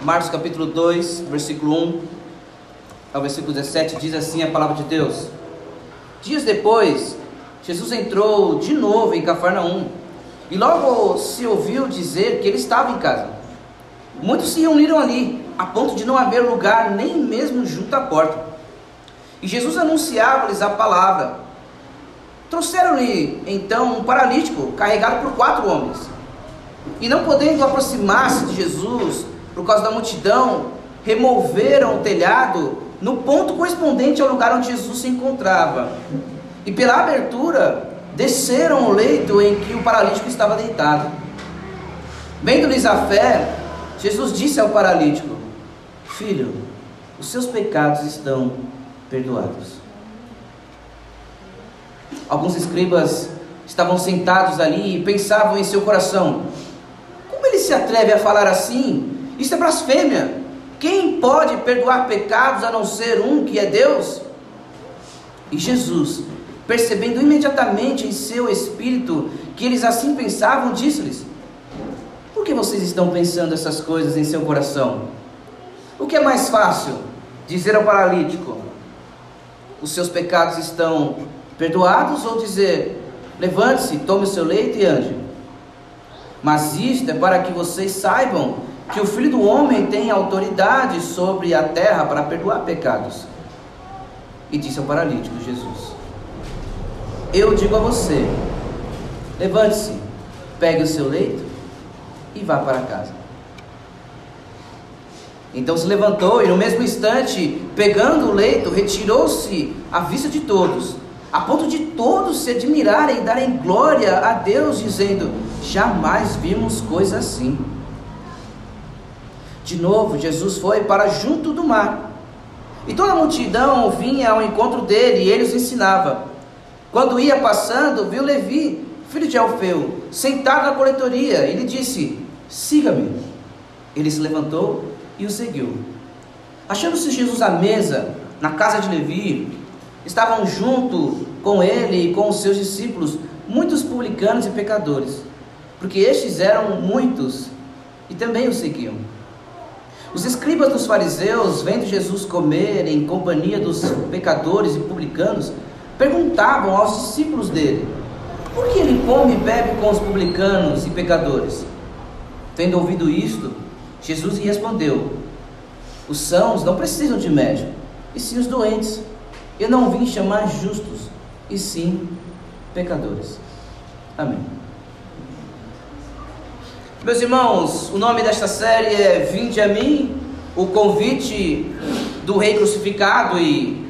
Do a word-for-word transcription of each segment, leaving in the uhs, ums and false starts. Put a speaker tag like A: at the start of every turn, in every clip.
A: Marcos capítulo dois, versículo um ao versículo dezessete, diz assim a palavra de Deus: Dias depois, Jesus entrou de novo em Cafarnaum, e logo se ouviu dizer que ele estava em casa. Muitos se reuniram ali, a ponto de não haver lugar nem mesmo junto à porta. E Jesus anunciava-lhes a palavra. Trouxeram-lhe então um paralítico, carregado por quatro homens. E não podendo aproximar-se de Jesus, por causa da multidão, removeram o telhado no ponto correspondente ao lugar onde Jesus se encontrava. E pela abertura, desceram o leito em que o paralítico estava deitado. Vendo-lhes a fé, Jesus disse ao paralítico: Filho, os seus pecados estão perdoados. Alguns escribas estavam sentados ali e pensavam em seu coração: como ele se atreve a falar assim? Isso é blasfêmia. Quem pode perdoar pecados a não ser um, que é Deus? E Jesus, percebendo imediatamente em seu espírito que eles assim pensavam, disse-lhes: por que vocês estão pensando essas coisas em seu coração? O que é mais fácil? Dizer ao paralítico: os seus pecados estão perdoados, ou dizer: levante-se, tome o seu leito e ande? Mas isto é para que vocês saibam que o Filho do Homem tem autoridade sobre a terra para perdoar pecados. E disse ao paralítico Jesus: eu digo a você, levante-se, pegue o seu leito e vá para casa. Então se levantou e no mesmo instante, pegando o leito, retirou-se à vista de todos, a ponto de todos se admirarem e darem glória a Deus, dizendo: jamais vimos coisa assim. De novo Jesus foi para junto do mar, e toda a multidão vinha ao encontro dele, e ele os ensinava. Quando ia passando, viu Levi, filho de Alfeu, sentado na coletoria, e lhe disse: siga-me. Ele se levantou e o seguiu. Achando-se Jesus à mesa, na casa de Levi, estavam junto com ele e com os seus discípulos muitos publicanos e pecadores, porque estes eram muitos e também o seguiam. Os escribas dos fariseus, vendo Jesus comer em companhia dos pecadores e publicanos, perguntavam aos discípulos dele: por que ele come e bebe com os publicanos e pecadores? Tendo ouvido isto, Jesus lhe respondeu: os sãos não precisam de médico, e sim os doentes. Eu não vim chamar justos, e sim pecadores. Amém. Meus irmãos, o nome desta série é Vinde a mim, o convite do Rei crucificado, e,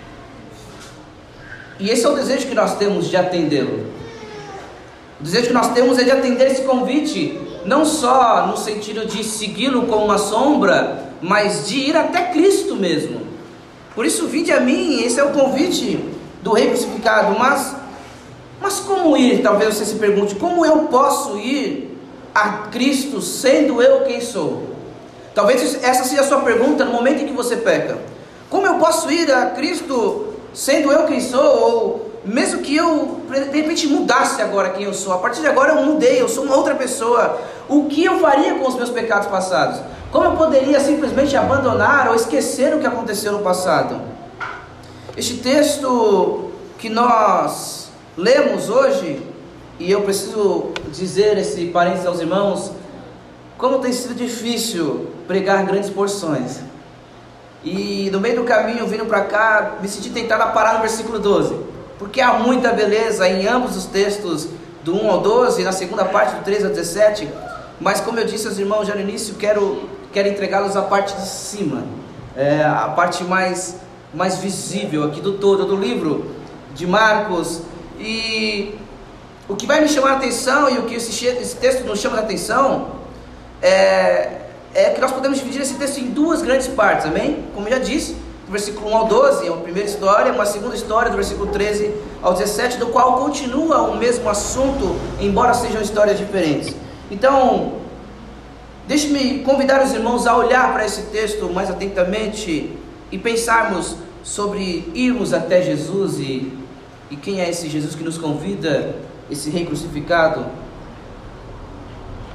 A: e esse é o desejo que nós temos de atendê-lo. O desejo que nós temos é de atender esse convite, não só no sentido de segui-lo como uma sombra, mas de ir até Cristo mesmo. Por isso, vinde a mim, esse é o convite do Rei crucificado. Mas, mas como ir? Talvez você se pergunte: como eu posso ir a Cristo sendo eu quem sou? Talvez essa seja a sua pergunta no momento em que você peca. Como eu posso ir a Cristo sendo eu quem sou? Ou mesmo que eu de repente mudasse agora quem eu sou, a partir de agora eu mudei, eu sou uma outra pessoa, o que eu faria com os meus pecados passados? Como eu poderia simplesmente abandonar ou esquecer o que aconteceu no passado? Este texto que nós lemos hoje, e eu preciso dizer esse parênteses aos irmãos, como tem sido difícil pregar grandes porções. E no meio do caminho, vindo para cá, me senti tentado a parar no versículo doze, porque há muita beleza em ambos os textos, do um ao doze, e na segunda parte do treze ao dezessete. Mas como eu disse aos irmãos já no início, quero, quero entregá-los a parte de cima, é, a parte mais, mais visível aqui do todo, do livro de Marcos. E o que vai me chamar a atenção, e o que esse, esse texto nos chama a atenção, é, é que nós podemos dividir esse texto em duas grandes partes, amém? Como eu já disse, do versículo um ao doze é uma primeira história, uma segunda história do versículo treze ao dezessete, do qual continua o mesmo assunto, embora sejam histórias diferentes. Então, deixe-me convidar os irmãos a olhar para esse texto mais atentamente e pensarmos sobre irmos até Jesus e, e quem é esse Jesus que nos convida, esse Rei crucificado.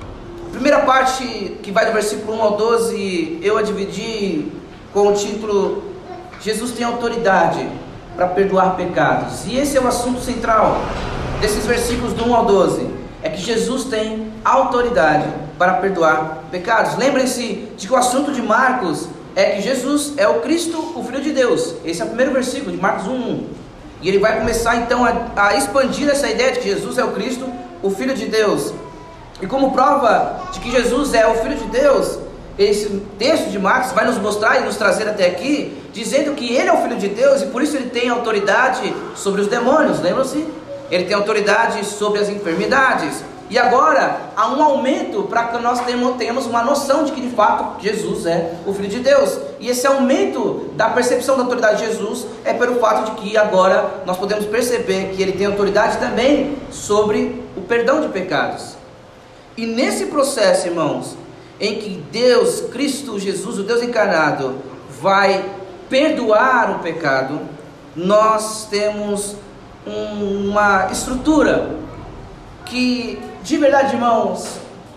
A: Primeira parte, que vai do versículo um ao doze, eu a dividi com o título Jesus tem autoridade para perdoar pecados. E esse é o assunto central desses versículos do um ao doze, é que Jesus tem autoridade para perdoar pecados. Lembrem-se de que o assunto de Marcos é que Jesus é o Cristo, o Filho de Deus. Esse é o primeiro versículo de Marcos um, um. E ele vai começar então a, a expandir essa ideia de que Jesus é o Cristo, o Filho de Deus. E como prova de que Jesus é o Filho de Deus, esse texto de Marcos vai nos mostrar e nos trazer até aqui, dizendo que ele é o Filho de Deus e por isso ele tem autoridade sobre os demônios, lembram-se? Ele tem autoridade sobre as enfermidades. E agora há um aumento para que nós tenhamos uma noção de que de fato Jesus é o Filho de Deus. E esse aumento da percepção da autoridade de Jesus é pelo fato de que agora nós podemos perceber que ele tem autoridade também sobre o perdão de pecados. E nesse processo, irmãos, em que Deus, Cristo Jesus, o Deus encarnado, vai perdoar o pecado, nós temos uma estrutura que, de verdade, irmãos,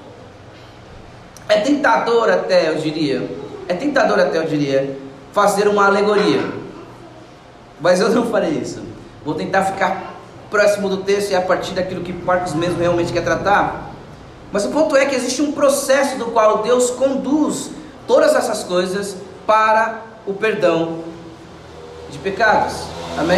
A: é tentador até, eu diria, é tentador até, eu diria, fazer uma alegoria, mas eu não farei isso. Vou tentar ficar próximo do texto e a partir daquilo que Marcos mesmo realmente quer tratar. Mas o ponto é que existe um processo do qual Deus conduz todas essas coisas para o perdão de pecados. Amém?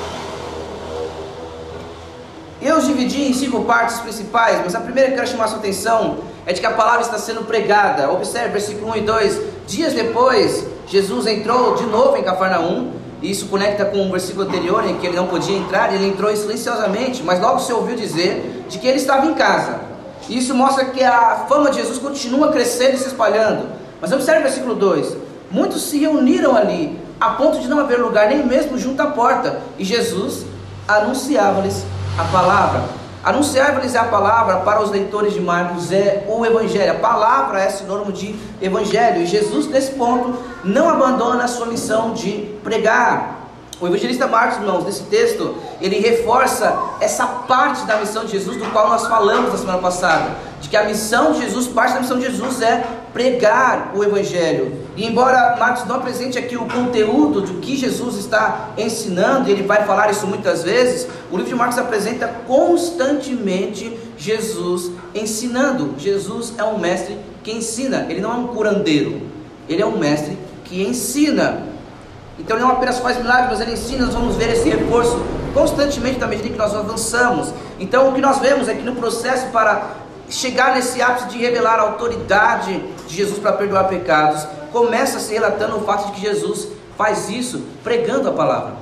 A: Eu dividi em cinco partes principais, mas a primeira que eu quero chamar a sua atenção é de que a palavra está sendo pregada. Observe versículo um e dois. Dias depois, Jesus entrou de novo em Cafarnaum, e isso conecta com o versículo anterior em que ele não podia entrar. Ele entrou silenciosamente, mas logo se ouviu dizer de que ele estava em casa. Isso mostra que a fama de Jesus continua crescendo e se espalhando. Mas observe o versículo dois. Muitos se reuniram ali, a ponto de não haver lugar nem mesmo junto à porta. E Jesus anunciava-lhes a palavra. Anunciava-lhes a palavra para os leitores de Marcos é o Evangelho. A palavra é sinônimo de Evangelho. E Jesus, nesse ponto, não abandona a sua missão de pregar. O evangelista Marcos, irmãos, nesse texto, ele reforça essa parte da missão de Jesus, do qual nós falamos na semana passada, de que a missão de Jesus, parte da missão de Jesus é pregar o Evangelho. E embora Marcos não apresente aqui o conteúdo do que Jesus está ensinando, e ele vai falar isso muitas vezes, o livro de Marcos apresenta constantemente Jesus ensinando. Jesus é um mestre que ensina, ele não é um curandeiro, ele é um mestre que ensina. Então ele não apenas faz milagres, mas ele ensina. Nós vamos ver esse reforço constantemente na medida que nós avançamos. Então o que nós vemos é que no processo para chegar nesse ápice de revelar a autoridade de Jesus para perdoar pecados, começa se relatando o fato de que Jesus faz isso pregando a palavra.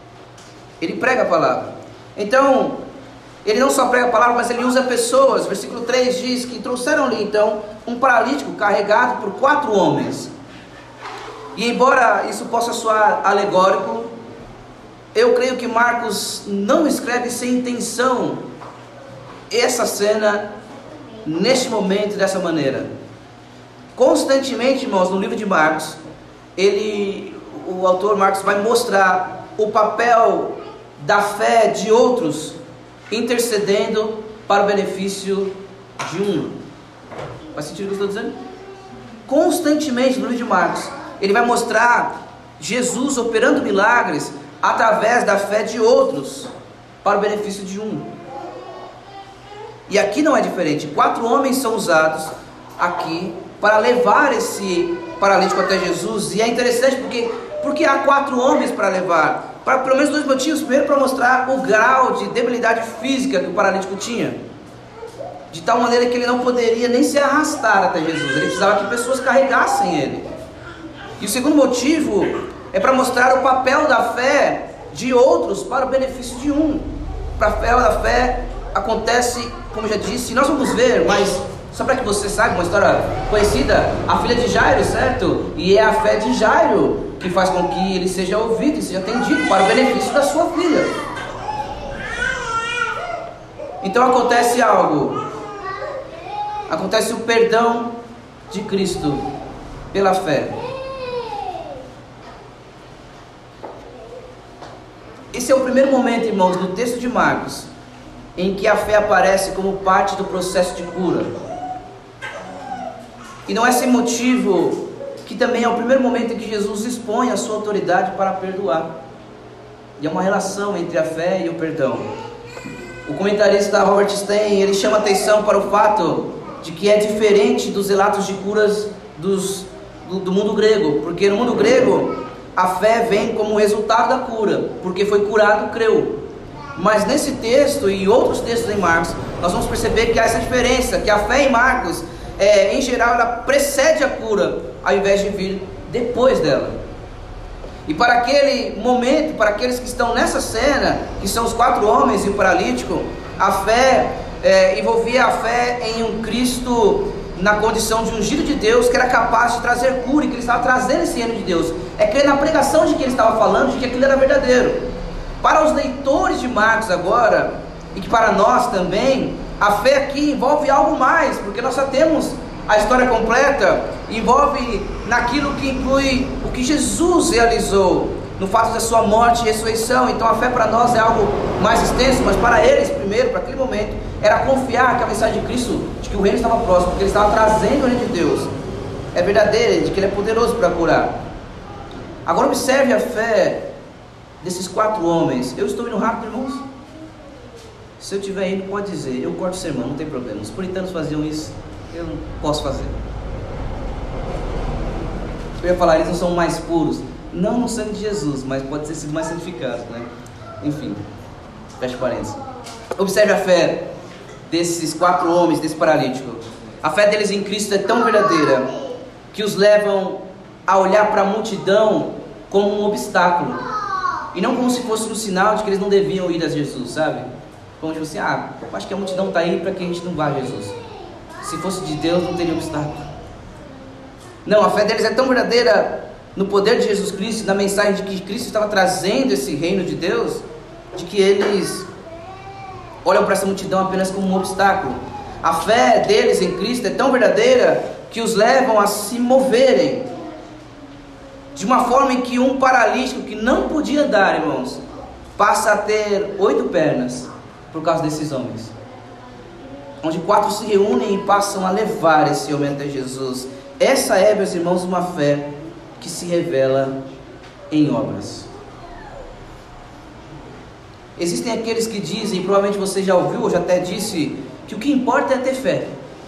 A: Ele prega a palavra. Então ele não só prega a palavra, mas ele usa pessoas. Versículo três diz que trouxeram-lhe então um paralítico carregado por quatro homens. E embora isso possa soar alegórico, eu creio que Marcos não escreve sem intenção essa cena neste momento dessa maneira. Constantemente, irmãos, no livro de Marcos, ele, o autor Marcos vai mostrar o papel da fé de outros intercedendo para o benefício de um. Faz sentido o que eu estou dizendo? Constantemente no livro de Marcos, ele vai mostrar Jesus operando milagres através da fé de outros para o benefício de um. E aqui não é diferente. Quatro homens são usados aqui para levar esse paralítico até Jesus. E é interessante porque, porque há quatro homens para levar. Para pelo menos dois motivos. Primeiro, para mostrar o grau de debilidade física que o paralítico tinha, de tal maneira que ele não poderia nem se arrastar até Jesus. Ele precisava que pessoas carregassem ele. E o segundo motivo é para mostrar o papel da fé de outros para o benefício de um. O papel da fé acontece, como já disse, nós vamos ver, mas só para que você saiba, uma história conhecida, a filha de Jairo, certo? E é a fé de Jairo que faz com que ele seja ouvido e seja atendido para o benefício da sua filha. Então acontece algo, acontece o perdão de Cristo pela fé. Esse é o primeiro momento, irmãos, no texto de Marcos, em que a fé aparece como parte do processo de cura. E não é sem motivo que também é o primeiro momento em que Jesus expõe a sua autoridade para perdoar. E é uma relação entre a fé e o perdão. O comentarista Robert Stein, ele chama atenção para o fato de que é diferente dos relatos de curas dos, do, do mundo grego. Porque no mundo grego, a fé vem como resultado da cura, porque foi curado, creu. Mas nesse texto e outros textos em Marcos, nós vamos perceber que há essa diferença, que a fé em Marcos, é, em geral, ela precede a cura, ao invés de vir depois dela. E para aquele momento, para aqueles que estão nessa cena, que são os quatro homens e o paralítico, a fé é, envolvia a fé em um Cristo na condição de ungido de Deus, que era capaz de trazer cura, e que ele estava trazendo esse reino de Deus. É crer na pregação de que ele estava falando, de que aquilo era verdadeiro. Para os leitores de Marcos agora, e que para nós também, a fé aqui envolve algo mais, porque nós só temos a história completa, envolve naquilo que inclui o que Jesus realizou, no fato da sua morte e ressurreição. Então a fé para nós é algo mais extenso, mas para eles, primeiro, para aquele momento, era confiar que a mensagem de Cristo, de que o reino estava próximo, porque ele estava trazendo o reino de Deus, é verdadeira, de que ele é poderoso para curar. Agora observe a fé desses quatro homens. Eu estou indo rápido, irmãos? Se eu estiver indo, pode dizer, eu corto o sermão, não tem problema. Os puritanos faziam isso, eu não posso fazer. Eu ia falar, eles não são mais puros. Não no sangue de Jesus, mas pode ter sido mais santificado, né? Enfim, fecha parênteses. Observe a fé desses quatro homens, desse paralítico. A fé deles em Cristo é tão verdadeira que os levam a olhar para a multidão como um obstáculo, e não como se fosse um sinal de que eles não deviam ir a Jesus, sabe? Como tipo assim, ah, eu acho que a multidão está aí para que a gente não vá a Jesus. Se fosse de Deus, não teria obstáculo. Não, a fé deles é tão verdadeira no poder de Jesus Cristo, na mensagem de que Cristo estava trazendo esse reino de Deus, de que eles olham para essa multidão apenas como um obstáculo. A fé deles em Cristo é tão verdadeira que os levam a se moverem de uma forma em que um paralítico que não podia andar, irmãos, passa a ter oito pernas por causa desses homens, onde quatro se reúnem e passam a levar esse homem até Jesus. Essa é, meus irmãos, uma fé que se revela em obras. Existem aqueles que dizem, provavelmente você já ouviu ou já até disse, que o que importa é ter fé.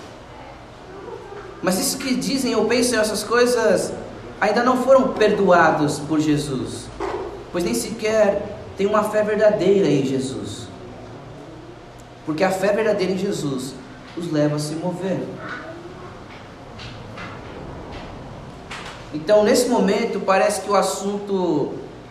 A: Mas esses que dizem ou pensam essas coisas ainda não foram perdoados por Jesus, pois nem sequer têm uma fé verdadeira em Jesus. Porque a fé verdadeira em Jesus os leva a se mover. Então, nesse momento, parece que o assunto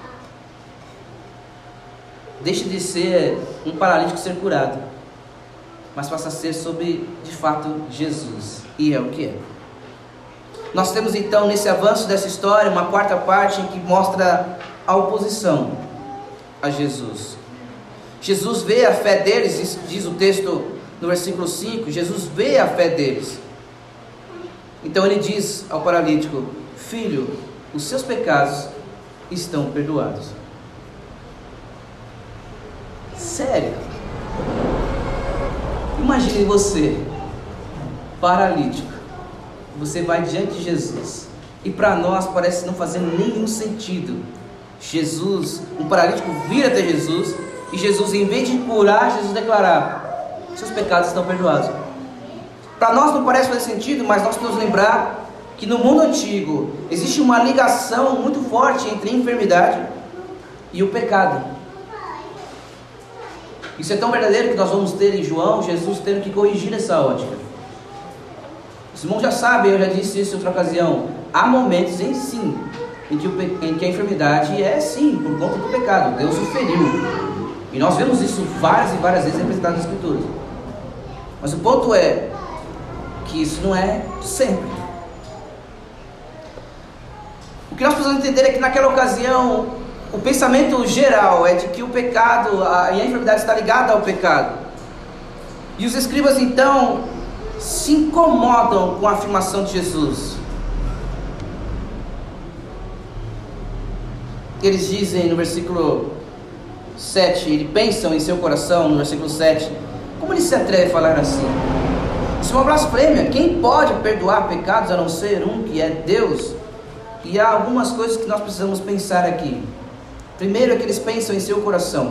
A: deixa de ser um paralítico ser curado, mas passa a ser sobre, de fato, Jesus. E é o que é. Nós temos então, nesse avanço dessa história, uma quarta parte em que mostra a oposição a Jesus. Jesus vê a fé deles, diz o texto no versículo cinco, Jesus vê a fé deles. Então ele diz ao paralítico: filho, os seus pecados estão perdoados. Sério? Imagine você, paralítico, você vai diante de Jesus, e para nós parece não fazer nenhum sentido. Jesus, um paralítico vir até Jesus, e Jesus, em vez de curar, Jesus declarar: seus pecados estão perdoados. Para nós não parece fazer sentido, mas nós temos que lembrar que no mundo antigo existe uma ligação muito forte entre a enfermidade e o pecado. Isso é tão verdadeiro que nós vamos ter em João, Jesus tendo que corrigir essa ótica. Os irmãos já sabem, eu já disse isso em outra ocasião, há momentos em sim, em que, o, em que a enfermidade é sim, por conta do pecado, Deus o feriu. E nós vemos isso várias e várias vezes representado nas Escrituras. Mas o ponto é que isso não é sempre. O que nós precisamos entender é que naquela ocasião, o pensamento geral é de que o pecado a, e a enfermidade está ligada ao pecado. E os escribas então se incomodam com a afirmação de Jesus. Eles dizem no versículo sete, eles pensam em seu coração, no versículo sete, como ele se atreve a falar assim? Isso é uma blasfêmia. Quem pode perdoar pecados a não ser um que é Deus? E há algumas coisas que nós precisamos pensar aqui. Primeiro é que eles pensam em seu coração.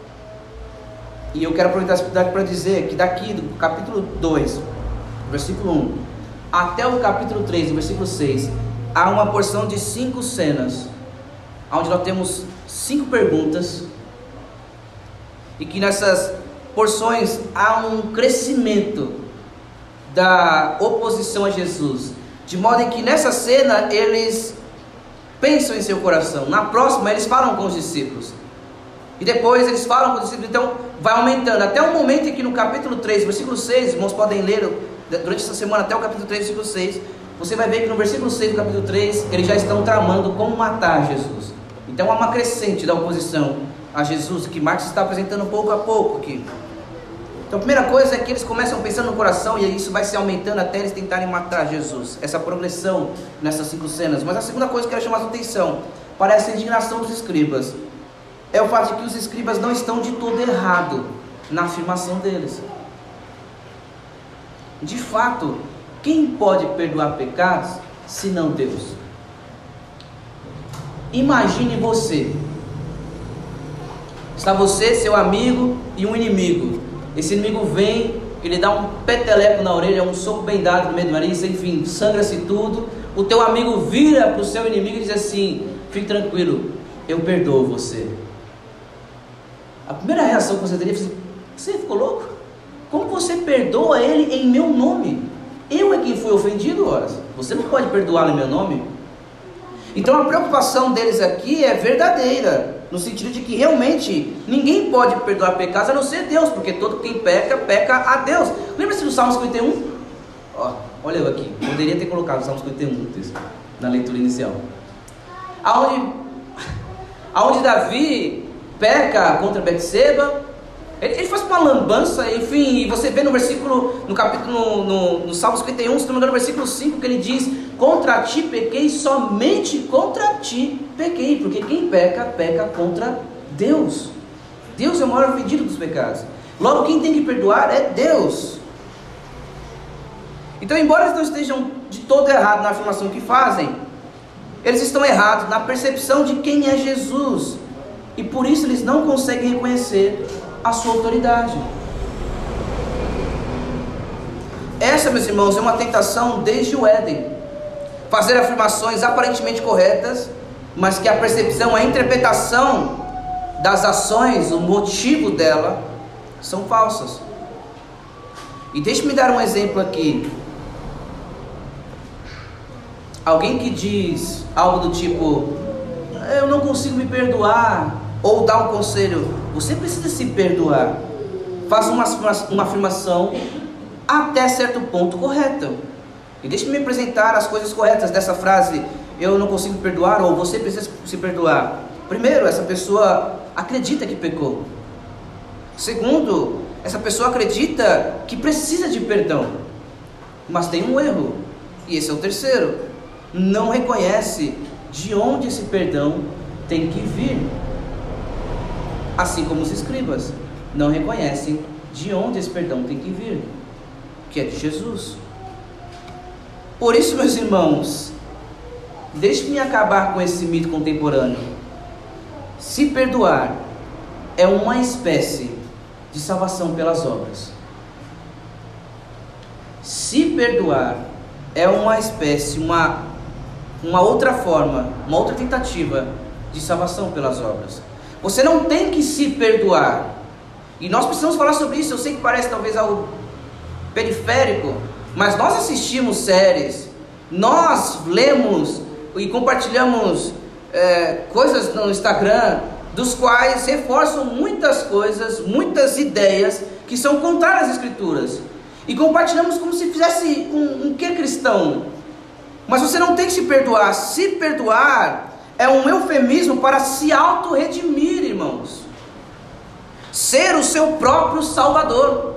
A: E eu quero aproveitar essa oportunidade para dizer que daqui do capítulo dois, versículo um, até o capítulo três, versículo seis, há uma porção de cinco cenas, onde nós temos cinco perguntas, e que nessas porções há um crescimento da oposição a Jesus, de modo em que nessa cena eles pensam em seu coração, na próxima eles falam com os discípulos, e depois eles falam com os discípulos. Então vai aumentando, até o momento em que no capítulo três, versículo seis, os irmãos podem ler durante essa semana até o capítulo três, versículo seis, você vai ver que no versículo seis do capítulo três, eles já estão tramando como matar Jesus. Então há uma crescente da oposição a Jesus, que Marcos está apresentando pouco a pouco aqui. Então a primeira coisa é que eles começam pensando no coração, e isso vai se aumentando até eles tentarem matar Jesus. Essa progressão nessas cinco cenas. Mas a segunda coisa que eu quero chamar a sua atenção, para essa indignação dos escribas, é o fato de que os escribas não estão de todo errado na afirmação deles. De fato, quem pode perdoar pecados senão Deus? Imagine você, está você, seu amigo e um inimigo. Esse inimigo vem, ele dá um peteleco na orelha, um soco bem dado no meio do nariz, enfim, sangra-se tudo. O teu amigo vira para o seu inimigo e diz assim: fique tranquilo, eu perdoo você. A primeira reação que você teria é: você ficou louco? Como você perdoa ele em meu nome? Eu é quem fui ofendido, horas. Você não pode perdoá-lo em meu nome? Então a preocupação deles aqui é verdadeira, no sentido de que realmente ninguém pode perdoar pecados a não ser Deus, porque todo quem peca, peca a Deus. Lembra-se do Salmo cinquenta e um? Ó, olha eu aqui, poderia ter colocado o Salmo cinquenta e um no texto, na leitura inicial. Aonde, aonde Davi peca contra Betseba, ele, ele faz uma lambança, enfim, e você vê no versículo, no capítulo, no, no, no Salmo cinquenta e um, se não me engano, no versículo cinco, que ele diz: contra ti pequei, somente contra ti pequei, porque quem peca, peca contra Deus. Deus é o maior ofendido dos pecados. Logo, quem tem que perdoar é Deus. Então, embora eles não estejam de todo errado na afirmação que fazem, eles estão errados na percepção de quem é Jesus, e por isso eles não conseguem reconhecer a sua autoridade. Essa, meus irmãos, é uma tentação desde o Éden. Fazer afirmações aparentemente corretas, mas que a percepção, a interpretação das ações, o motivo dela, são falsas. E deixe-me dar um exemplo aqui. Alguém que diz algo do tipo: eu não consigo me perdoar, ou dá um conselho: você precisa se perdoar, faz uma, uma afirmação até certo ponto correta. E deixe-me apresentar as coisas corretas dessa frase: eu não consigo me perdoar, ou você precisa se perdoar. Primeiro, essa pessoa acredita que pecou. Segundo, essa pessoa acredita que precisa de perdão, mas tem um erro, e esse é o terceiro: não reconhece de onde esse perdão tem que vir. Assim como os escribas não reconhecem de onde esse perdão tem que vir, que é de Jesus. Por isso, meus irmãos, deixe-me acabar com esse mito contemporâneo. Se perdoar é uma espécie de salvação pelas obras. Se perdoar é uma espécie, uma, uma outra forma, uma outra tentativa de salvação pelas obras. Você não tem que se perdoar. E nós precisamos falar sobre isso. Eu sei que parece talvez algo periférico, mas nós assistimos séries, nós lemos e compartilhamos é, coisas no Instagram, dos quais reforçam muitas coisas, muitas ideias que são contrárias às Escrituras, e compartilhamos como se fizesse um, um que cristão. Mas você não tem que se perdoar. Se perdoar é um eufemismo para se auto-redimir, irmãos. Ser o seu próprio salvador.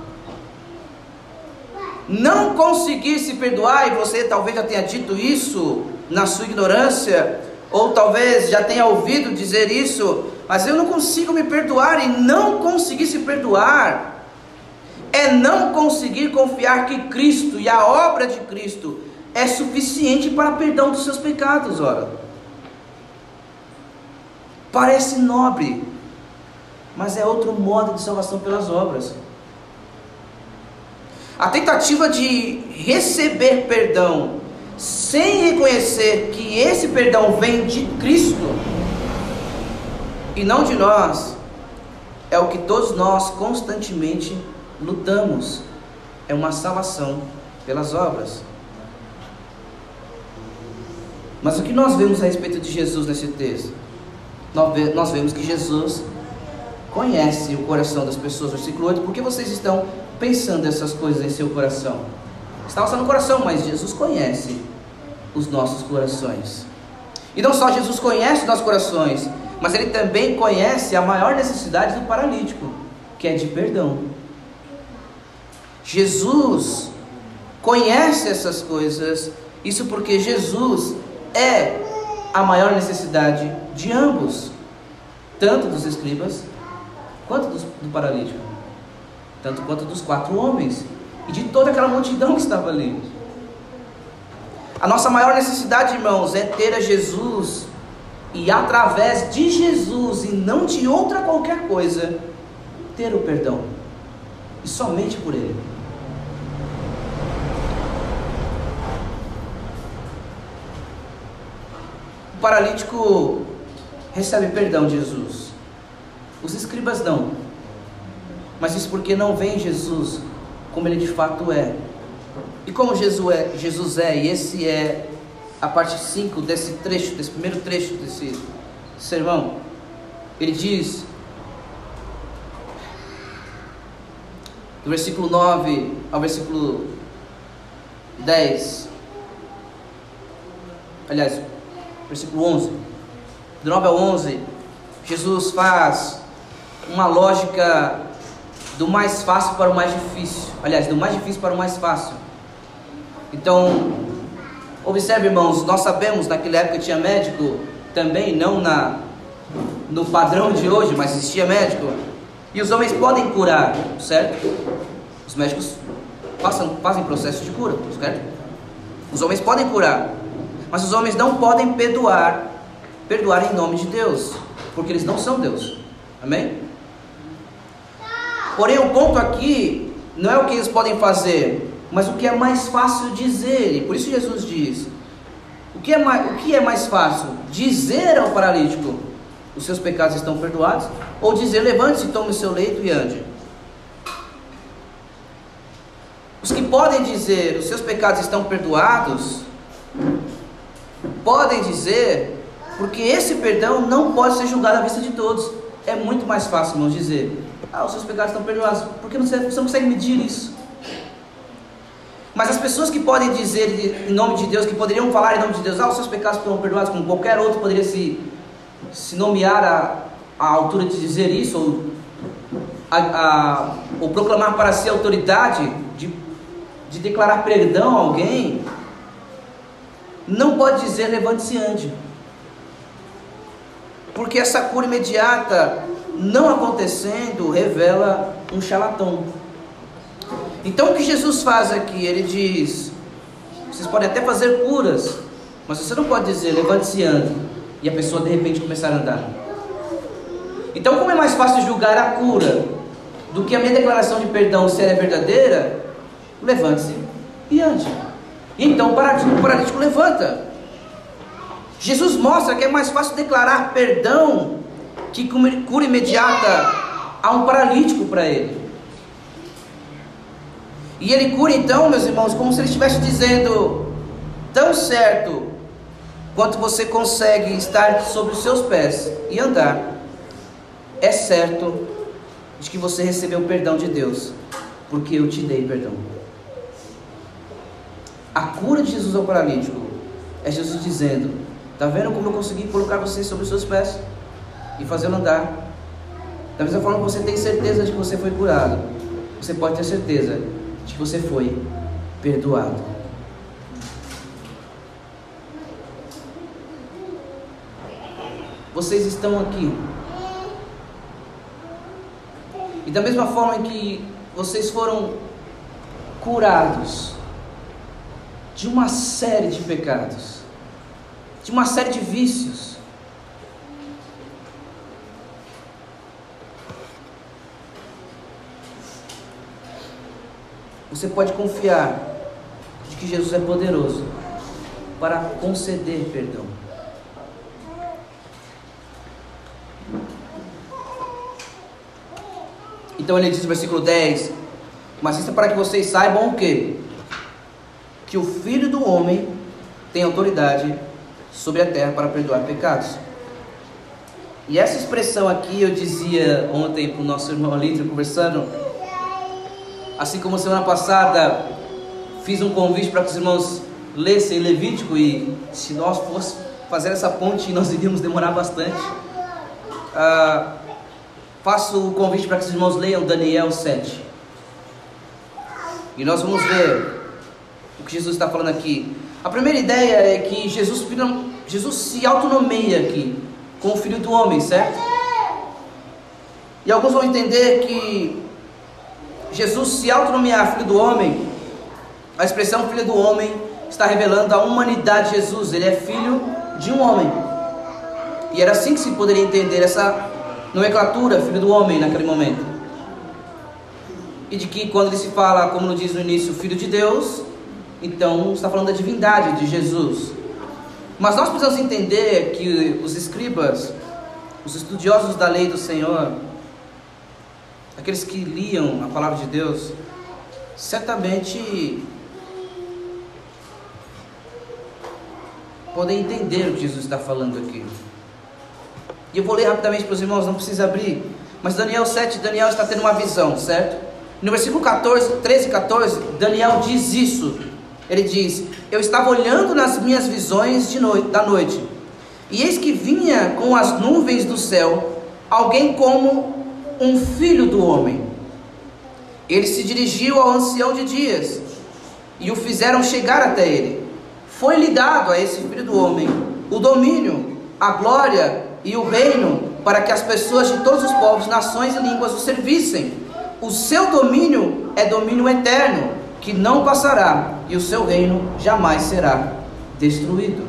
A: Não conseguir se perdoar, e você talvez já tenha dito isso na sua ignorância, ou talvez já tenha ouvido dizer isso, mas eu não consigo me perdoar, e não conseguir se perdoar é não conseguir confiar que Cristo e a obra de Cristo é suficiente para perdão dos seus pecados. Ora, parece nobre, mas é outro modo de salvação pelas obras. A tentativa de receber perdão sem reconhecer que esse perdão vem de Cristo e não de nós, é o que todos nós constantemente lutamos. É uma salvação pelas obras. Mas o que nós vemos a respeito de Jesus nesse texto? Nós vemos que Jesus conhece o coração das pessoas. Versículo oito: por que vocês estão pensando essas coisas em seu coração? Está só no coração, mas Jesus conhece os nossos corações. E não só Jesus conhece os nossos corações, mas Ele também conhece a maior necessidade do paralítico, que é de perdão. Jesus conhece essas coisas, isso porque Jesus é a maior necessidade de ambos, tanto dos escribas quanto dos, do paralítico, tanto quanto dos quatro homens e de toda aquela multidão que estava ali. A nossa maior necessidade, irmãos, é ter a Jesus e através de Jesus e não de outra qualquer coisa, ter o perdão, e somente por Ele. O paralítico recebe perdão de Jesus, os escribas não, mas isso porque não vem Jesus como Ele de fato é. E como Jesus é, Jesus é, e esse é a parte cinco desse trecho, desse primeiro trecho desse sermão. Ele diz, do versículo nove ao versículo dez, aliás, versículo onze, do nove ao onze, Jesus faz uma lógica do mais fácil para o mais difícil, aliás, do mais difícil para o mais fácil. Então, observe, irmãos, nós sabemos, naquela época tinha médico também, não na, no padrão de hoje, mas existia médico, e os homens podem curar, certo? Os médicos passam, fazem processo de cura, certo? Os homens podem curar, mas os homens não podem perdoar, perdoar em nome de Deus, porque eles não são Deus, amém? Porém, o ponto aqui não é o que eles podem fazer, mas o que é mais fácil dizer. E por isso Jesus diz, o que é mais, o que é mais fácil? Dizer ao paralítico, os seus pecados estão perdoados, ou dizer, levante-se, tome o seu leito e ande? Os que podem dizer, os seus pecados estão perdoados, podem dizer, porque esse perdão não pode ser julgado à vista de todos. É muito mais fácil, irmãos, dizer, ah, os seus pecados estão perdoados, porque você não consegue medir isso. Mas as pessoas que podem dizer em nome de Deus, que poderiam falar em nome de Deus, ah, os seus pecados estão perdoados, como qualquer outro poderia se, se nomear a, a altura de dizer isso, ou, a, a, ou proclamar para si a autoridade de, de declarar perdão a alguém, não pode dizer, levante-se e ande. Porque essa cura imediata não acontecendo revela um charlatão. Então o que Jesus faz aqui? Ele diz, vocês podem até fazer curas, mas você não pode dizer, levante-se e ande, e a pessoa de repente começar a andar. Então, como é mais fácil julgar a cura do que a minha declaração de perdão, se ela é verdadeira, levante-se e ande. E então o paralítico, o paralítico levanta. Jesus mostra que é mais fácil declarar perdão que cura imediata a um paralítico para ele. E ele cura então, meus irmãos, como se ele estivesse dizendo, tão certo quanto você consegue estar sobre os seus pés e andar, é certo de que você recebeu o perdão de Deus, porque eu te dei perdão. A cura de Jesus ao paralítico é Jesus dizendo, está vendo como eu consegui colocar você sobre os seus pés e fazê-lo andar? Da mesma forma que você tem certeza de que você foi curado, você pode ter certeza de que você foi perdoado. Vocês estão aqui, e da mesma forma que vocês foram curados de uma série de pecados, de uma série de vícios. Você pode confiar de que Jesus é poderoso para conceder perdão. Então ele diz no versículo dez: mas isso é para que vocês saibam o quê? Que o Filho do Homem tem autoridade sobre a terra para perdoar pecados. E essa expressão aqui, eu dizia ontem para o nosso irmão Alítrio conversando, assim como semana passada fiz um convite para que os irmãos lessem Levítico, e se nós fôssemos fazer essa ponte nós iríamos demorar bastante. Ah, faço o convite para que os irmãos leiam Daniel sete, e nós vamos ver o que Jesus está falando aqui. A primeira ideia é que Jesus, Jesus se autonomeia aqui como Filho do Homem, certo? E alguns vão entender que Jesus se autonomear Filho do Homem, a expressão Filho do Homem está revelando a humanidade de Jesus. Ele é filho de um homem, e era assim que se poderia entender essa nomenclatura, Filho do Homem, naquele momento. E de que quando ele se fala, como nos diz no início, Filho de Deus, então está falando da divindade de Jesus. Mas nós precisamos entender que os escribas, os estudiosos da lei do Senhor, aqueles que liam a palavra de Deus, certamente podem entender o que Jesus está falando aqui. E eu vou ler rapidamente para os irmãos, não precisa abrir. Mas Daniel sete, Daniel está tendo uma visão, certo? No versículo catorze, treze e catorze, Daniel diz isso. Ele diz: eu estava olhando nas minhas visões de noite, da noite, e eis que vinha com as nuvens do céu alguém como um filho do homem. Ele se dirigiu ao ancião de dias, e o fizeram chegar até ele. Foi-lhe dado a esse filho do homem o domínio, a glória e o reino, para que as pessoas de todos os povos, nações e línguas o servissem. O seu domínio é domínio eterno, que não passará, e o seu reino jamais será destruído.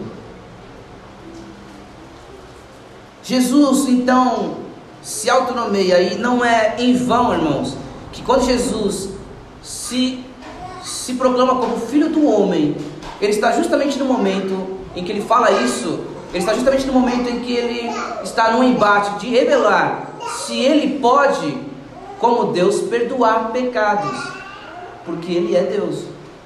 A: Jesus então se autonomeia, e não é em vão, irmãos, que quando Jesus se, se proclama como Filho do Homem, ele está justamente no momento em que ele fala isso, ele está justamente no momento em que ele está no embate de revelar se ele pode, como Deus, perdoar pecados, porque ele é Deus.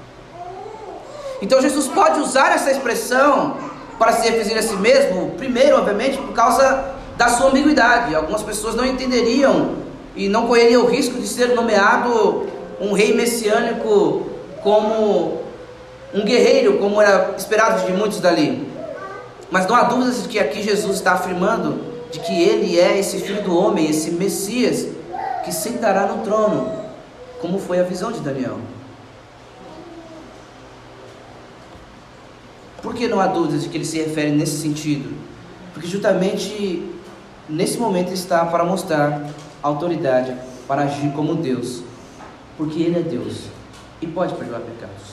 A: Então Jesus pode usar essa expressão para se referir a si mesmo, primeiro, obviamente, por causa da sua ambiguidade. Algumas pessoas não entenderiam e não correriam o risco de ser nomeado um rei messiânico como um guerreiro, como era esperado de muitos dali. Mas não há dúvidas de que aqui Jesus está afirmando de que ele é esse Filho do Homem, esse Messias, que sentará no trono, como foi a visão de Daniel. Por que não há dúvidas de que ele se refere nesse sentido? Porque justamente nesse momento está para mostrar autoridade, para agir como Deus, porque ele é Deus e pode perdoar pecados.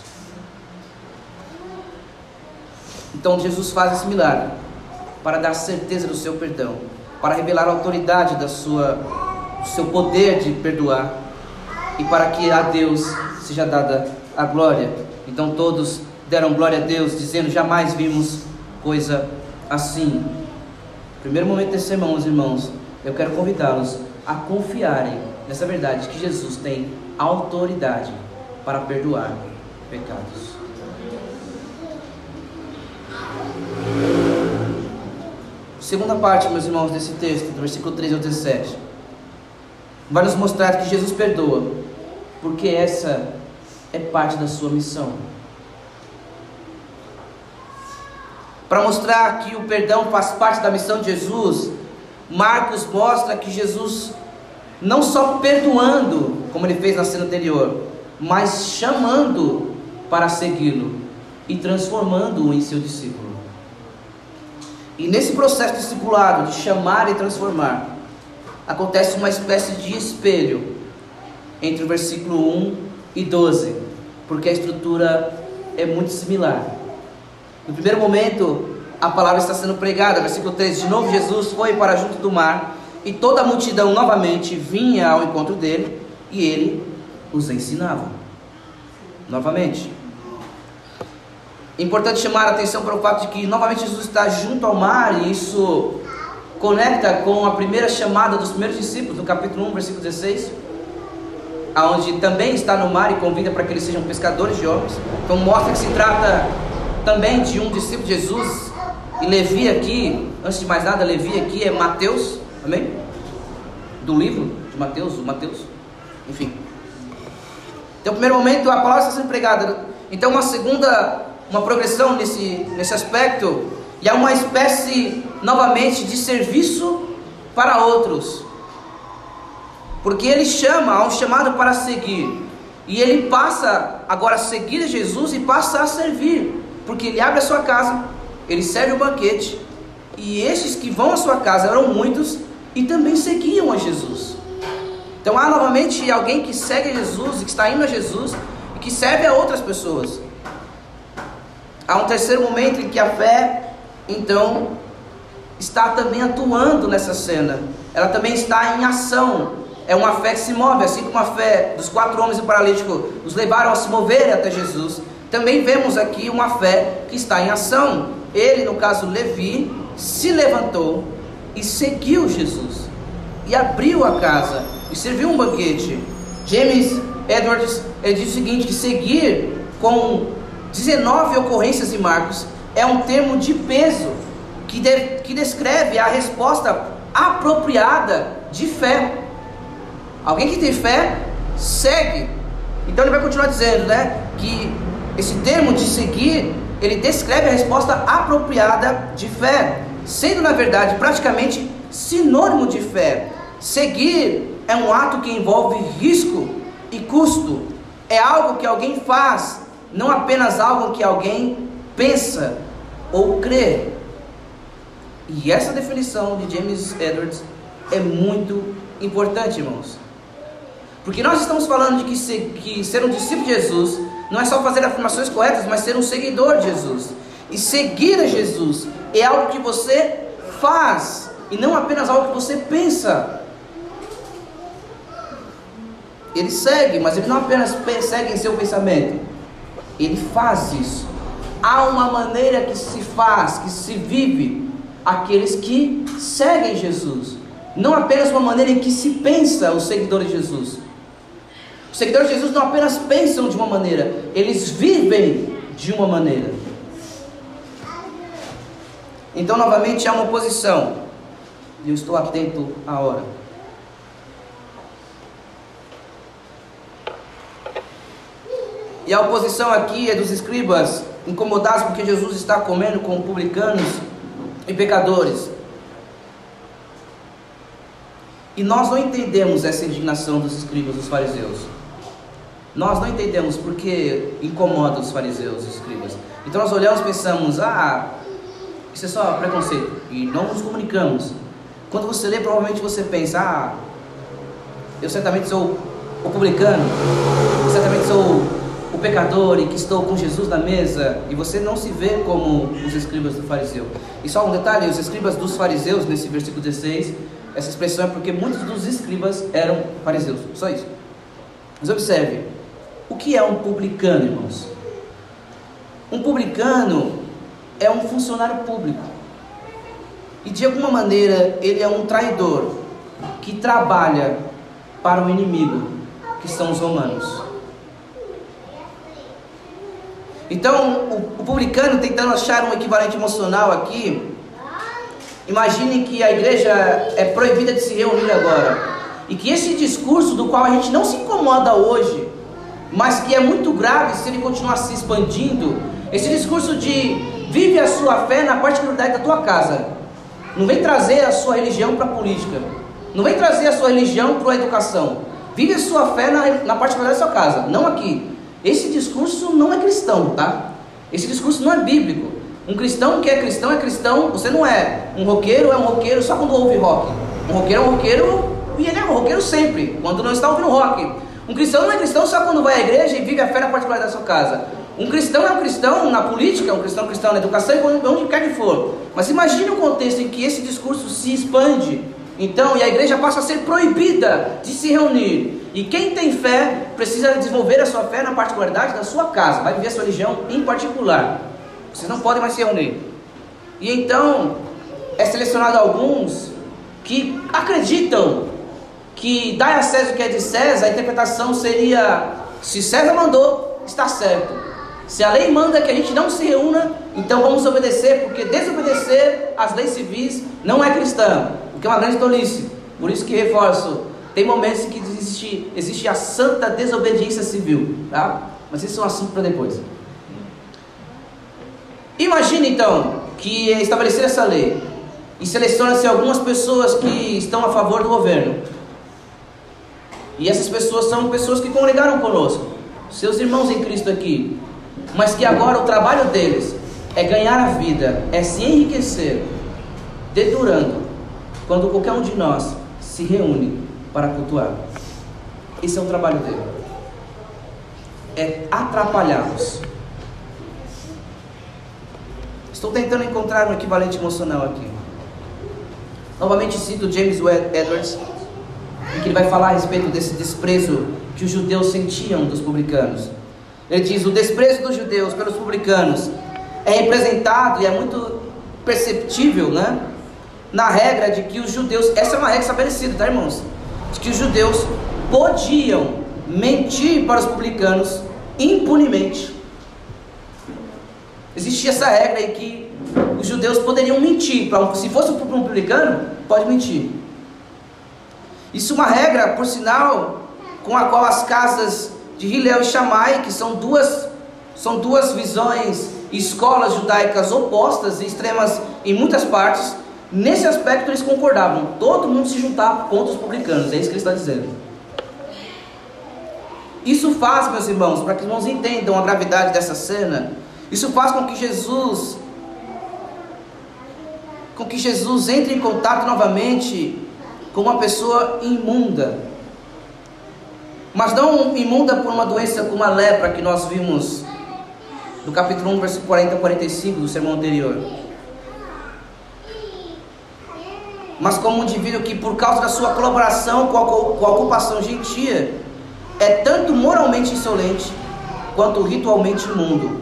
A: Então Jesus faz esse milagre para dar certeza do seu perdão, para revelar a autoridade da sua, do seu poder de perdoar, e para que a Deus seja dada a glória. Então todos deram glória a Deus, dizendo: jamais vimos coisa assim. Primeiro momento desse sermão, meus irmãos, eu quero convidá-los a confiarem nessa verdade, que Jesus tem autoridade para perdoar pecados. Segunda parte, meus irmãos, desse texto, do versículo treze ao dezessete, vai nos mostrar que Jesus perdoa, porque essa é parte da sua missão. Para mostrar que o perdão faz parte da missão de Jesus, Marcos mostra que Jesus não só perdoando, como ele fez na cena anterior, mas chamando para segui-lo e transformando-o em seu discípulo. E nesse processo discipulado de chamar e transformar, acontece uma espécie de espelho entre o versículo um e doze, porque a estrutura é muito similar. No primeiro momento, a palavra está sendo pregada, versículo três, de novo Jesus foi para junto do mar, e toda a multidão novamente vinha ao encontro dele, e ele os ensinava. Novamente. Importante chamar a atenção para o fato de que novamente Jesus está junto ao mar, e isso conecta com a primeira chamada dos primeiros discípulos, no capítulo um, versículo dezesseis, aonde também está no mar e convida para que eles sejam pescadores de homens. Então mostra que se trata também de um discípulo de Jesus. E Levi aqui, antes de mais nada, Levi aqui é Mateus, amém? Do livro de Mateus, o Mateus, enfim. Então, no primeiro momento, a palavra está sendo pregada. Então, uma segunda, uma progressão nesse, nesse aspecto, e é uma espécie, novamente, de serviço para outros. Porque ele chama, há um chamado para seguir. E ele passa agora a seguir Jesus e passa a servir. Porque ele abre a sua casa, ele serve o banquete, e estes que vão à sua casa eram muitos e também seguiam a Jesus. Então há novamente alguém que segue a Jesus e que está indo a Jesus e que serve a outras pessoas. Há um terceiro momento em que a fé, então, está também atuando nessa cena. Ela também está em ação. É uma fé que se move, assim como a fé dos quatro homens do paralítico os levaram a se moverem até Jesus. Também vemos aqui uma fé que está em ação. Ele, no caso Levi, se levantou e seguiu Jesus, e abriu a casa, e serviu um banquete. James Edwards, ele diz o seguinte, que seguir, com dezenove ocorrências em Marcos, é um termo de peso, que, de, que descreve a resposta apropriada de fé. Alguém que tem fé, segue. Então ele vai continuar dizendo, né, que esse termo de seguir, ele descreve a resposta apropriada de fé, sendo na verdade praticamente sinônimo de fé. Seguir é um ato que envolve risco e custo. É algo que alguém faz, não apenas algo que alguém pensa ou crê. E essa definição de James Edwards é muito importante, irmãos. Porque nós estamos falando de que, se, que ser um discípulo de Jesus não é só fazer afirmações corretas, mas ser um seguidor de Jesus. E seguir a Jesus é algo que você faz, e não apenas algo que você pensa. Ele segue, mas ele não apenas segue em seu pensamento, ele faz isso. Há uma maneira que se faz, que se vive, aqueles que seguem Jesus. Não apenas uma maneira em que se pensa os seguidores de Jesus. Os seguidores de Jesus não apenas pensam de uma maneira, eles vivem de uma maneira. Então, novamente, há uma oposição. E eu estou atento à hora. E a oposição aqui é dos escribas, incomodados porque Jesus está comendo com publicanos e pecadores. E nós não entendemos essa indignação dos escribas, dos fariseus. Nós não entendemos porque incomoda os fariseus e os escribas. Então nós olhamos e pensamos, ah, isso é só preconceito, e não nos comunicamos. Quando você lê, provavelmente você pensa, ah, eu certamente sou o publicano, eu certamente sou o pecador e que estou com Jesus na mesa, e você não se vê como os escribas do fariseu. E só um detalhe, os escribas dos fariseus, nesse versículo dezesseis, essa expressão é porque muitos dos escribas eram fariseus, só isso. Mas observe, o que é um publicano, irmãos? Um publicano é um funcionário público, e de alguma maneira ele é um traidor, que trabalha para o inimigo, que são os romanos. Então, o, o publicano, tentando achar um equivalente emocional aqui, imagine que a igreja é proibida de se reunir agora, e que esse discurso do qual a gente não se incomoda hoje, mas que é muito grave se ele continuar se expandindo, esse discurso de vive a sua fé na particularidade da tua casa, não vem trazer a sua religião para a política, não vem trazer a sua religião para a educação, vive a sua fé na, na particularidade da sua casa, não aqui. Esse discurso não é cristão, tá? Esse discurso não é bíblico. Um cristão que é cristão é cristão. Você não é um roqueiro, é um roqueiro só quando ouve rock. Um roqueiro é um roqueiro e ele é um roqueiro sempre, quando não está ouvindo rock. Um cristão não é cristão só quando vai à igreja e vive a fé na particularidade da sua casa. Um cristão é um cristão na política, um cristão é um cristão na educação, onde quer que for. Mas imagine o contexto em que esse discurso se expande, então, e a igreja passa a ser proibida de se reunir. E quem tem fé precisa desenvolver a sua fé na particularidade da sua casa, vai viver a sua religião em particular. Vocês não podem mais se reunir. E então é selecionado alguns que acreditam que dai a César o que é de César. A interpretação seria: se César mandou, está certo. Se a lei manda que a gente não se reúna, então vamos obedecer, porque desobedecer às leis civis não é cristão, o que é uma grande tolice. Por isso que reforço, tem momentos em que existe, existe a santa desobediência civil, tá? Mas isso é um assunto para depois. Imagine então que é estabelecida essa lei e seleciona-se algumas pessoas que estão a favor do governo. E essas pessoas são pessoas que congregaram conosco, seus irmãos em Cristo aqui, mas que agora o trabalho deles é ganhar a vida, é se enriquecer, dedurando quando qualquer um de nós se reúne para cultuar. Esse é o trabalho dele, é atrapalhá-los. Estou tentando encontrar um equivalente emocional aqui. Novamente cito James Edwards, em que ele vai falar a respeito desse desprezo que os judeus sentiam dos publicanos. Ele diz: o desprezo dos judeus pelos publicanos é representado, e é muito perceptível, né, na regra de que os judeus, essa é uma regra estabelecida, tá, irmãos? De que os judeus podiam mentir para os publicanos impunemente. Existia essa regra em que os judeus poderiam mentir. Se fosse um publicano, pode mentir. Isso é uma regra, por sinal, com a qual as casas de Hillel e Shammai, que são duas, são duas visões, escolas judaicas opostas e extremas em muitas partes, nesse aspecto eles concordavam. Todo mundo se juntava contra os publicanos, é isso que ele está dizendo. Isso faz, meus irmãos, para que os irmãos entendam a gravidade dessa cena, isso faz com que Jesus, com que Jesus entre em contato novamente com uma pessoa imunda, mas não imunda por uma doença como a lepra que nós vimos no capítulo um, versículo quarenta a quarenta e cinco do sermão anterior, mas como um indivíduo que, por causa da sua colaboração com a, com a ocupação gentia, é tanto moralmente insolente quanto ritualmente imundo.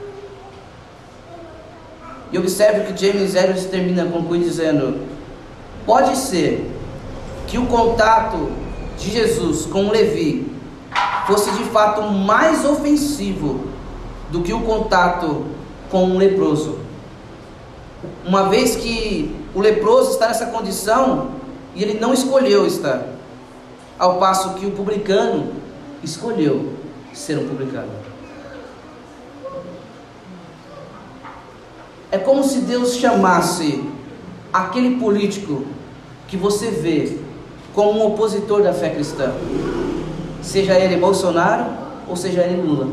A: E observe que James Edwards termina, conclui dizendo: pode ser que o contato de Jesus com Levi fosse de fato mais ofensivo do que o contato com um leproso, uma vez que o leproso está nessa condição e ele não escolheu estar, ao passo que o publicano escolheu ser um publicano. É como se Deus chamasse aquele político que você vê como um opositor da fé cristã, seja ele Bolsonaro ou seja ele Lula.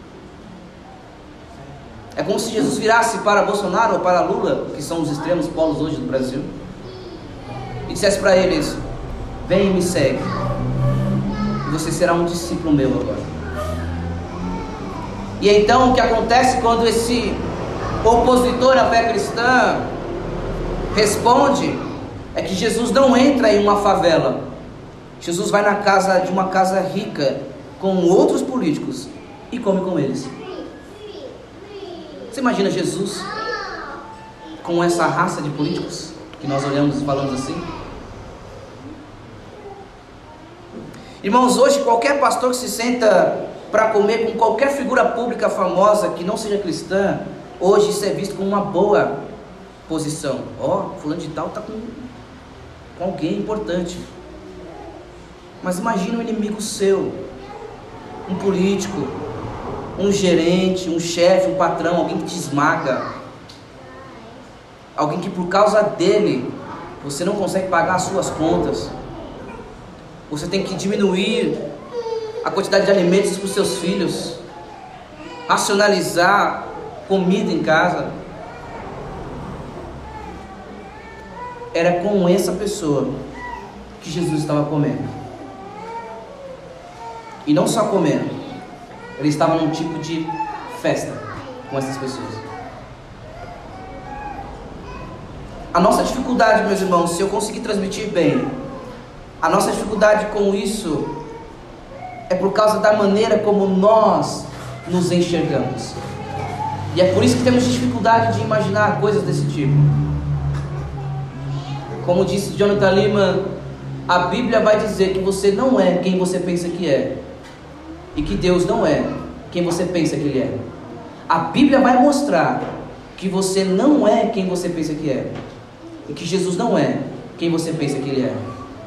A: É como se Jesus virasse para Bolsonaro ou para Lula, que são os extremos polos hoje do Brasil, e dissesse para eles: vem e me segue, e você será um discípulo meu agora. E então o que acontece quando esse opositor à fé cristã responde é que Jesus não entra em uma favela. Jesus vai na casa de uma casa rica com outros políticos e come com eles. Você imagina Jesus com essa raça de políticos que nós olhamos e falamos assim? Irmãos, hoje qualquer pastor que se senta para comer com qualquer figura pública famosa que não seja cristã, hoje isso é visto como uma boa posição. Ó, oh, fulano de tal está com, com alguém importante. Mas imagine um inimigo seu, um político, um gerente, um chefe, um patrão, alguém que te esmaga, alguém que por causa dele você não consegue pagar as suas contas, você tem que diminuir a quantidade de alimentos para os seus filhos, racionalizar comida em casa. Era com essa pessoa que Jesus estava comendo. E não só comendo, ele estava num tipo de festa com essas pessoas. A nossa dificuldade, meus irmãos, se eu conseguir transmitir bem, a nossa dificuldade com isso é por causa da maneira como nós nos enxergamos. E é por isso que temos dificuldade de imaginar coisas desse tipo. Como disse Jonathan Leeman, a Bíblia vai dizer que você não é quem você pensa que é, e que Deus não é quem você pensa que Ele é. A Bíblia vai mostrar que você não é quem você pensa que é, e que Jesus não é quem você pensa que Ele é.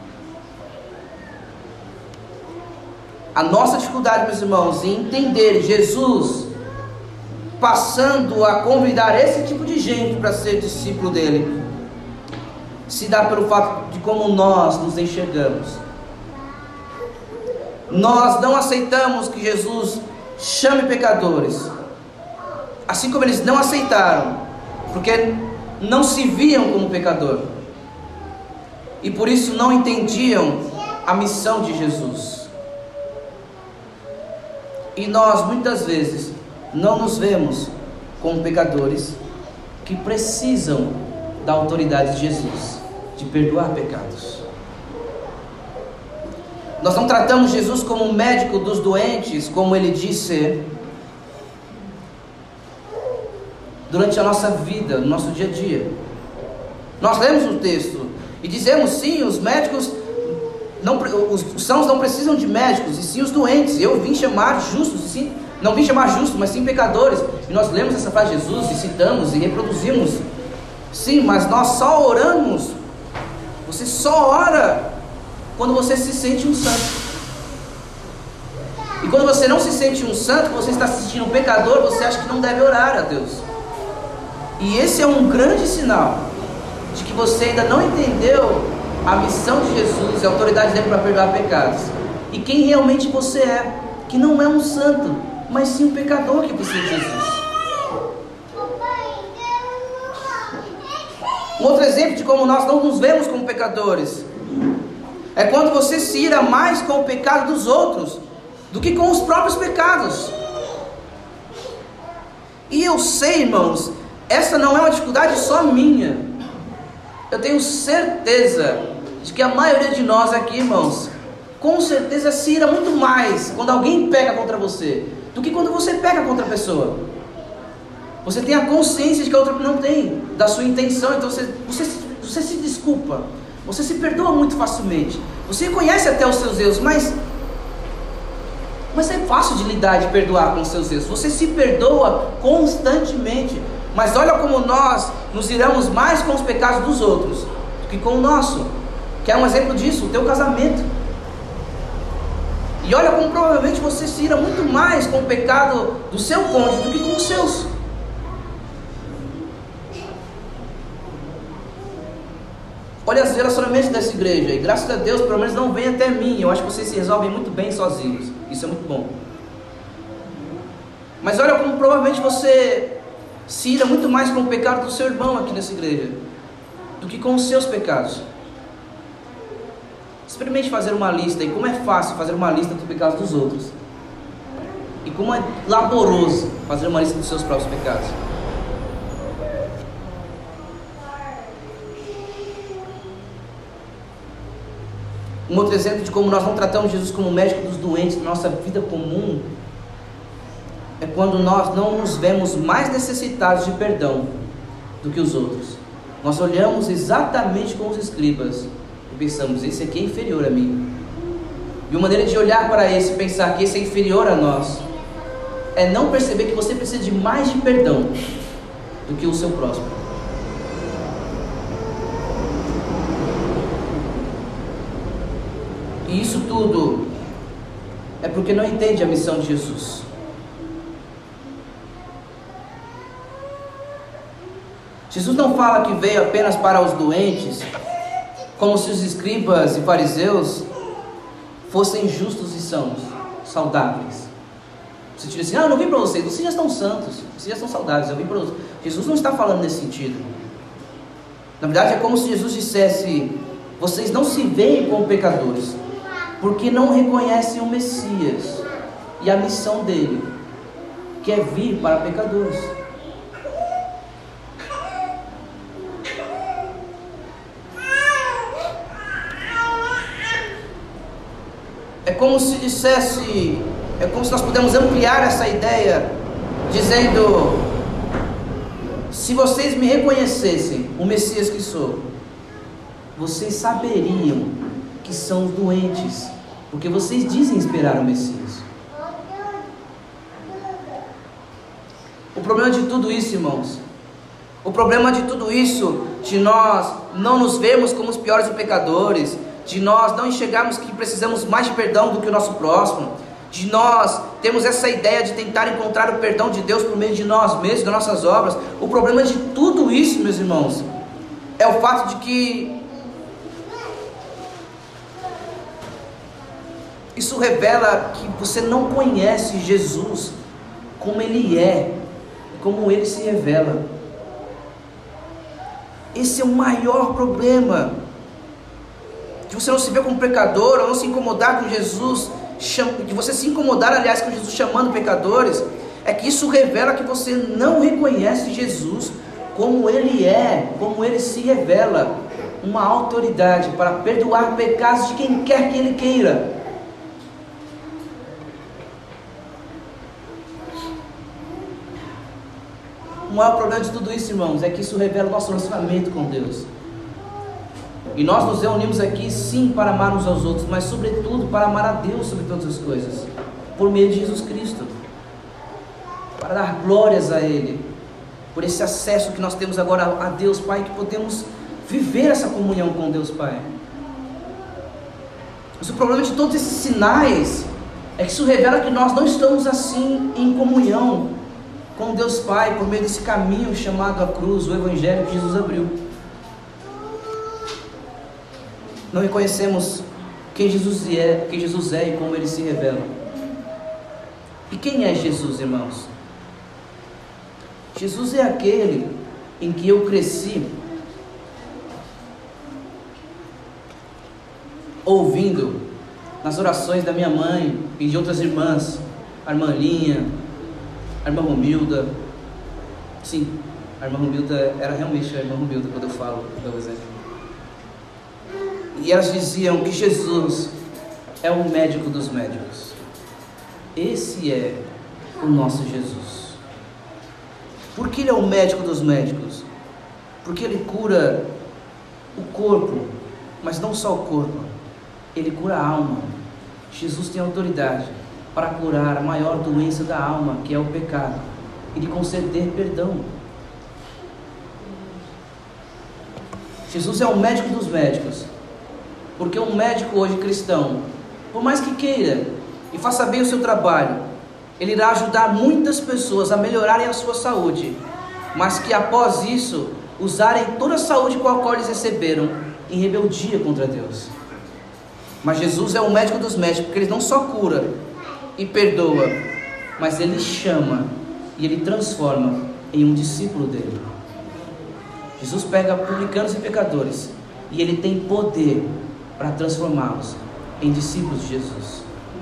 A: A nossa dificuldade, meus irmãos, em entender Jesus passando a convidar esse tipo de gente para ser discípulo dele, se dá pelo fato de como nós nos enxergamos. Nós não aceitamos que Jesus chame pecadores, assim como eles não aceitaram, porque não se viam como pecador, e por isso não entendiam a missão de Jesus. E nós muitas vezes não nos vemos como pecadores que precisam da autoridade de Jesus, de perdoar pecados. Nós não tratamos Jesus como um médico dos doentes, como Ele disse, durante a nossa vida, no nosso dia a dia. Nós lemos o texto e dizemos, sim, os médicos, não, os sãos não precisam de médicos, e sim os doentes. Eu vim chamar justos, e sim, não vim chamar justos, mas sim pecadores. E nós lemos essa frase de Jesus, e citamos, e reproduzimos. Sim, mas nós só oramos, você só ora quando você se sente um santo. E quando você não se sente um santo, você está se sentindo um pecador, você acha que não deve orar a Deus. E esse é um grande sinal de que você ainda não entendeu a missão de Jesus e a autoridade dele para perdoar pecados, e quem realmente você é, que não é um santo, mas sim um pecador que precisa de Jesus. Um outro exemplo de como nós não nos vemos como pecadores é quando você se ira mais com o pecado dos outros do que com os próprios pecados. E eu sei, irmãos, essa não é uma dificuldade só minha. Eu tenho certeza de que a maioria de nós aqui, irmãos, com certeza se ira muito mais quando alguém peca contra você do que quando você peca contra a pessoa. Você tem a consciência de que a outra não tem, da sua intenção, então você, você, você se desculpa, você se perdoa muito facilmente, você conhece até os seus erros, mas, mas é fácil de lidar, de perdoar com os seus erros, você se perdoa constantemente. Mas olha como nós nos iramos mais com os pecados dos outros do que com o nosso. Que é um exemplo disso, o teu casamento. E olha como provavelmente você se ira muito mais com o pecado do seu cônjuge do que com os seus. Olha os relacionamentos dessa igreja, e graças a Deus pelo menos não vem até mim. Eu acho que vocês se resolvem muito bem sozinhos, isso é muito bom. Mas olha como provavelmente você se ira muito mais com o pecado do seu irmão aqui nessa igreja do que com os seus pecados. Experimente fazer uma lista, e como é fácil fazer uma lista dos pecados dos outros, e como é laboroso fazer uma lista dos seus próprios pecados. Um outro exemplo de como nós não tratamos Jesus como médico dos doentes na nossa vida comum é quando nós não nos vemos mais necessitados de perdão do que os outros. Nós olhamos exatamente como os escribas e pensamos, esse aqui é inferior a mim. E uma maneira de olhar para esse e pensar que esse é inferior a nós é não perceber que você precisa de mais de perdão do que o seu próximo. E isso tudo é porque não entende a missão de Jesus. Jesus não fala que veio apenas para os doentes, como se os escribas e fariseus fossem justos e sãos, saudáveis. Você diz assim, ah, eu não vim para vocês, vocês já estão santos, vocês já estão saudáveis, eu vim para vocês. Jesus não está falando nesse sentido. Na verdade é como se Jesus dissesse, vocês não se veem como pecadores, porque não reconhecem o Messias e a missão dele, que é vir para pecadores. É como se dissesse, é como se nós pudermos ampliar essa ideia, dizendo: se vocês me reconhecessem o Messias que sou, vocês saberiam que são doentes, porque vocês dizem esperar o Messias. O problema de tudo isso, irmãos, o problema de tudo isso, de nós não nos vermos como os piores pecadores, de nós não enxergarmos que precisamos mais de perdão do que o nosso próximo, de nós termos essa ideia de tentar encontrar o perdão de Deus por meio de nós mesmos, das nossas obras. O problema de tudo isso, meus irmãos, é o fato de que isso revela que você não conhece Jesus como Ele é, como Ele se revela. Esse é o maior problema, de você não se ver como pecador, ou não se incomodar com Jesus, de você se incomodar, aliás, com Jesus chamando pecadores, é que isso revela que você não reconhece Jesus como Ele é, como Ele se revela, uma autoridade para perdoar pecados de quem quer que Ele queira. O maior problema de tudo isso, irmãos, é que isso revela o nosso relacionamento com Deus. E nós nos reunimos aqui, sim, para amar uns aos outros, mas sobretudo para amar a Deus sobre todas as coisas, por meio de Jesus Cristo, para dar glórias a Ele, por esse acesso que nós temos agora a Deus Pai, que podemos viver essa comunhão com Deus Pai. Mas o problema de todos esses sinais é que isso revela que nós não estamos assim em comunhão com Deus Pai, por meio desse caminho chamado a cruz, o Evangelho que Jesus abriu. Não reconhecemos quem Jesus é, quem Jesus é e como Ele se revela. E quem é Jesus, irmãos? Jesus é aquele em que eu cresci ouvindo nas orações da minha mãe e de outras irmãs, a irmã Linha, a irmã Romilda. Sim, a irmã Romilda era realmente a irmã Romilda quando eu falo, por exemplo. E elas diziam que Jesus é o médico dos médicos. Esse é o nosso Jesus. Por que Ele é o médico dos médicos? Porque Ele cura o corpo, mas não só o corpo, Ele cura a alma. Jesus tem autoridade para curar a maior doença da alma, que é o pecado, e de conceder perdão. Jesus é o médico dos médicos, porque um médico hoje cristão, por mais que queira e faça bem o seu trabalho, ele irá ajudar muitas pessoas a melhorarem a sua saúde, mas que após isso usarem toda a saúde com a qual eles receberam em rebeldia contra Deus. Mas Jesus é o médico dos médicos, porque Ele não só cura e perdoa, mas Ele chama e Ele transforma em um discípulo dele. Jesus pega publicanos e pecadores e Ele tem poder para transformá-los em discípulos de Jesus.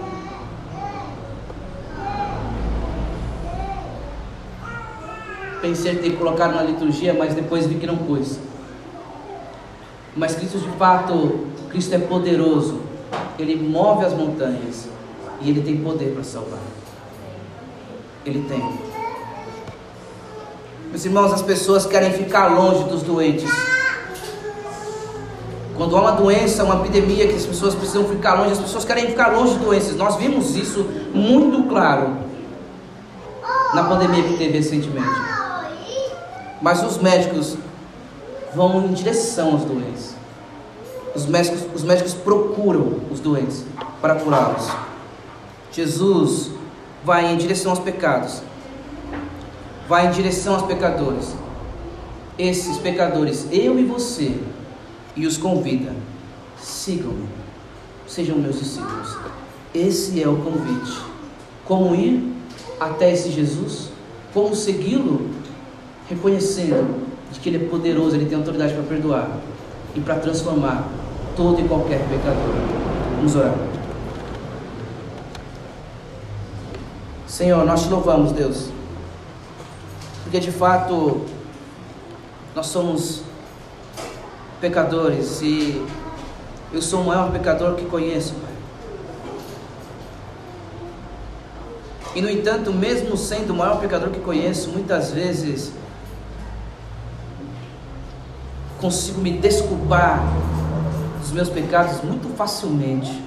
A: Pensei em ter colocado na liturgia, mas depois vi que não pôs. Mas Cristo, de fato, Cristo é poderoso. Ele move as montanhas e Ele tem poder para salvar. Ele tem. Meus irmãos, as pessoas querem ficar longe dos doentes. Quando há uma doença, uma epidemia, que as pessoas precisam ficar longe, as pessoas querem ficar longe de doenças. Nós vimos isso muito claro na pandemia que teve recentemente. Mas os médicos vão em direção aos doentes. Os médicos, os médicos procuram os doentes para curá-los. Jesus vai em direção aos pecados, vai em direção aos pecadores. Esses pecadores, eu e você, e os convida: sigam-me, sejam meus discípulos. Esse é o convite. Como ir até esse Jesus? Como segui-lo? Reconhecendo de que Ele é poderoso, Ele tem autoridade para perdoar e para transformar todo e qualquer pecador. Vamos orar. Senhor, nós te louvamos, Deus, porque de fato nós somos pecadores e eu sou o maior pecador que conheço, Pai. E no entanto, mesmo sendo o maior pecador que conheço, muitas vezes consigo me desculpar dos meus pecados muito facilmente.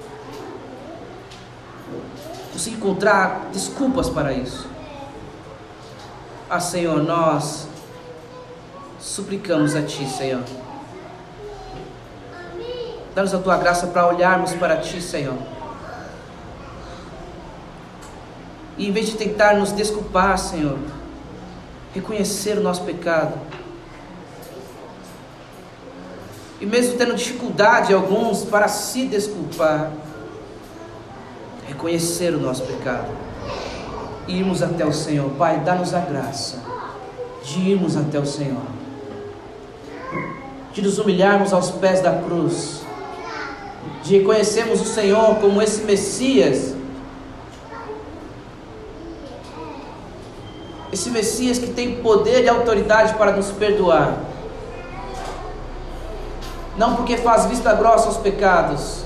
A: Consigo encontrar desculpas para isso. Ah, Senhor, nós suplicamos a Ti, Senhor. Dá-nos a Tua graça para olharmos para Ti, Senhor. E em vez de tentar nos desculpar, Senhor, reconhecer o nosso pecado. E mesmo tendo dificuldade alguns para se desculpar, reconhecer o nosso pecado e irmos até o Senhor. Pai, dá-nos a graça de irmos até o Senhor, de nos humilharmos aos pés da cruz, de reconhecermos o Senhor como esse Messias, esse Messias que tem poder e autoridade para nos perdoar, não porque faz vista grossa aos pecados,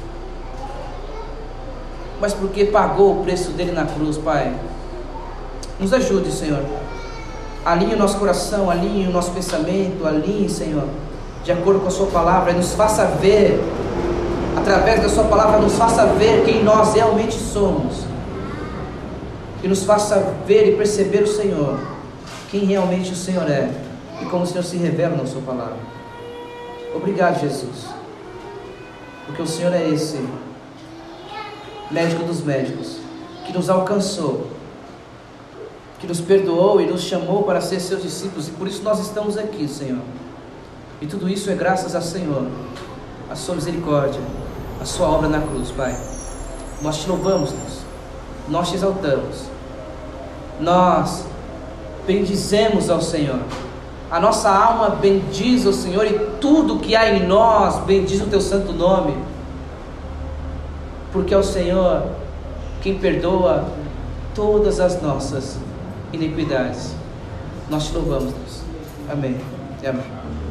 A: mas porque pagou o preço dele na cruz. Pai, nos ajude, Senhor. Alinhe o nosso coração, alinhe o nosso pensamento, alinhe, Senhor, de acordo com a Sua palavra, e nos faça ver, através da Sua palavra, nos faça ver quem nós realmente somos, e nos faça ver e perceber o Senhor, quem realmente o Senhor é, e como o Senhor se revela na Sua palavra. Obrigado, Jesus, porque o Senhor é esse médico dos médicos, que nos alcançou, que nos perdoou e nos chamou para ser seus discípulos, e por isso nós estamos aqui, Senhor. E tudo isso é graças ao Senhor, a Sua misericórdia, a Sua obra na cruz, Pai. Nós te louvamos, Deus, nós te exaltamos, nós bendizemos ao Senhor. A nossa alma bendiz ao Senhor, e tudo que há em nós bendiz o Teu santo nome, porque é o Senhor quem perdoa todas as nossas iniquidades. Nós te louvamos, Deus. Amém e amém.